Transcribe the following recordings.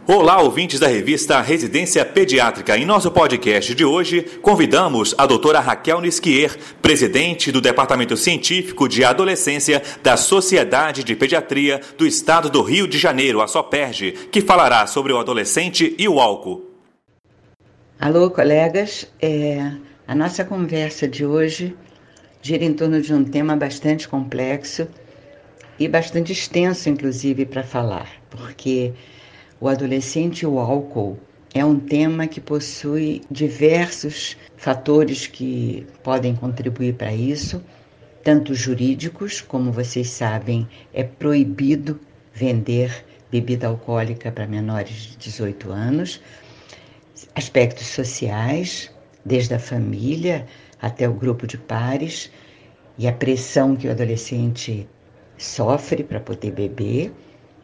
Olá, ouvintes da revista Residência Pediátrica. Em nosso podcast de hoje, convidamos a doutora Raquel Nisquier, presidente do Departamento Científico de Adolescência da Sociedade de Pediatria do Estado do Rio de Janeiro, a SOPERJ, que falará sobre o adolescente e o álcool. Alô, colegas. A nossa conversa de hoje gira em torno de um tema bastante complexo e bastante extenso, inclusive, para falar, porque o adolescente e o álcool é um tema que possui diversos fatores que podem contribuir para isso, tanto jurídicos, como vocês sabem, é proibido vender bebida alcoólica para menores de 18 anos, aspectos sociais, desde a família até o grupo de pares, e a pressão que o adolescente sofre para poder beber,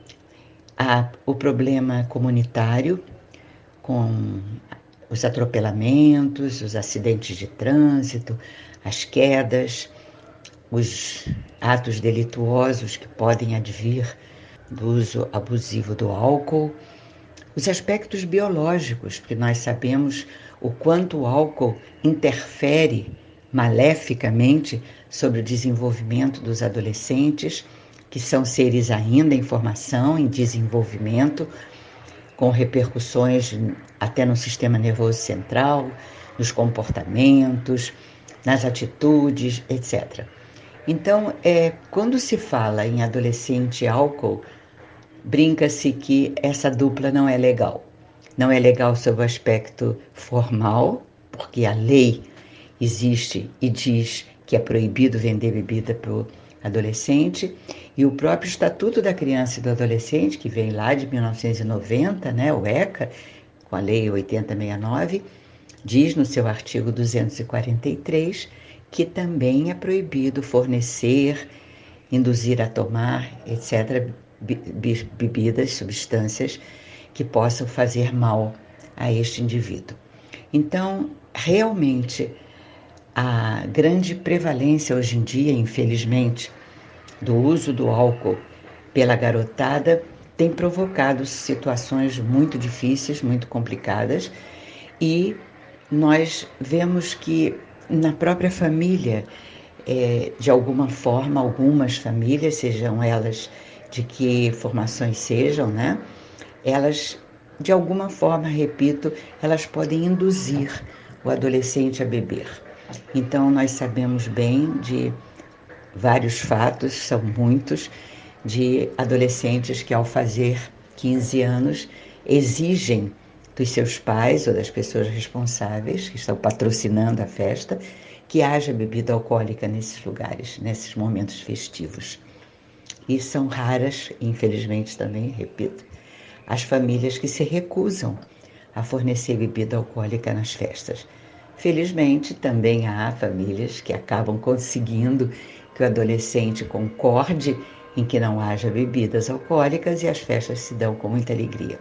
o problema comunitário, com os atropelamentos, os acidentes de trânsito, as quedas, os atos delituosos que podem advir do uso abusivo do álcool, os aspectos biológicos, porque nós sabemos o quanto o álcool interfere maleficamente sobre o desenvolvimento dos adolescentes, que são seres ainda em formação, em desenvolvimento, com repercussões até no sistema nervoso central, nos comportamentos, nas atitudes, etc. Então, quando se fala em adolescente e álcool, brinca-se que essa dupla não é legal. Não é legal sob o aspecto formal, porque a lei existe e diz que é proibido vender bebida para o adolescente, e o próprio Estatuto da Criança e do Adolescente, que vem lá de 1990, o ECA, com a Lei 8069, diz no seu artigo 243 que também é proibido fornecer, induzir a tomar, etc., bebidas, substâncias que possam fazer mal a este indivíduo. Então, realmente, a grande prevalência hoje em dia, infelizmente, do uso do álcool pela garotada tem provocado situações muito difíceis, muito complicadas, e nós vemos que na própria família, de alguma forma, algumas famílias, sejam elas de que formações sejam, elas, de alguma forma, repito, elas podem induzir o adolescente a beber. Então, nós sabemos bem de vários fatos, são muitos, de adolescentes que, ao fazer 15 anos, exigem dos seus pais ou das pessoas responsáveis, que estão patrocinando a festa, que haja bebida alcoólica nesses lugares, nesses momentos festivos. E são raras, infelizmente também, repito, as famílias que se recusam a fornecer bebida alcoólica nas festas. Felizmente, também há famílias que acabam conseguindo que o adolescente concorde em que não haja bebidas alcoólicas e as festas se dão com muita alegria.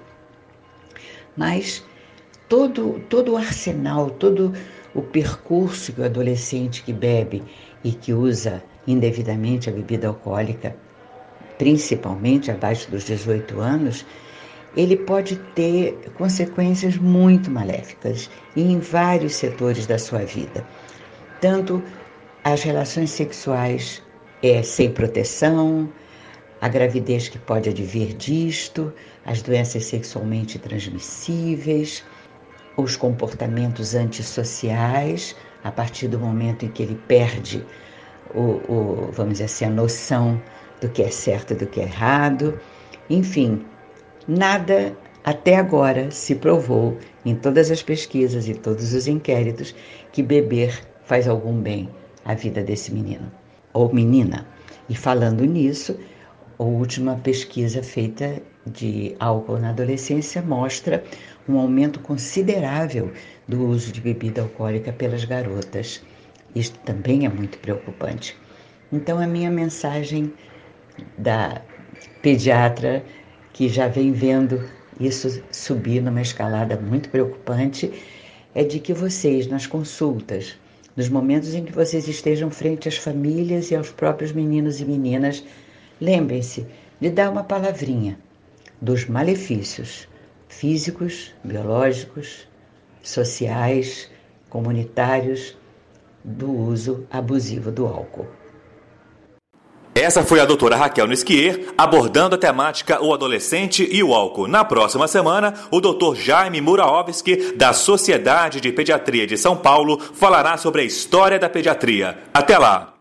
Mas todo o arsenal, todo o percurso que o adolescente que bebe e que usa indevidamente a bebida alcoólica, principalmente abaixo dos 18 anos, ele pode ter consequências muito maléficas em vários setores da sua vida. Tanto as relações sexuais sem proteção, a gravidez que pode advir disto, as doenças sexualmente transmissíveis, os comportamentos antissociais, a partir do momento em que ele perde vamos dizer assim, a noção do que é certo e do que é errado. Enfim, nada até agora se provou em todas as pesquisas e todos os inquéritos que beber faz algum bem à vida desse menino ou menina. E falando nisso, a última pesquisa feita de álcool na adolescência mostra um aumento considerável do uso de bebida alcoólica pelas garotas. Isto também é muito preocupante. Então, a minha mensagem da pediatra, que já vem vendo isso subir numa escalada muito preocupante, é de que vocês, nas consultas, nos momentos em que vocês estejam frente às famílias e aos próprios meninos e meninas, lembrem-se de dar uma palavrinha dos malefícios físicos, biológicos, sociais, comunitários do uso abusivo do álcool. Essa foi a doutora Raquel Nisquier abordando a temática o adolescente e o álcool. Na próxima semana, o doutor Jaime Muraovski, da Sociedade de Pediatria de São Paulo, falará sobre a história da pediatria. Até lá!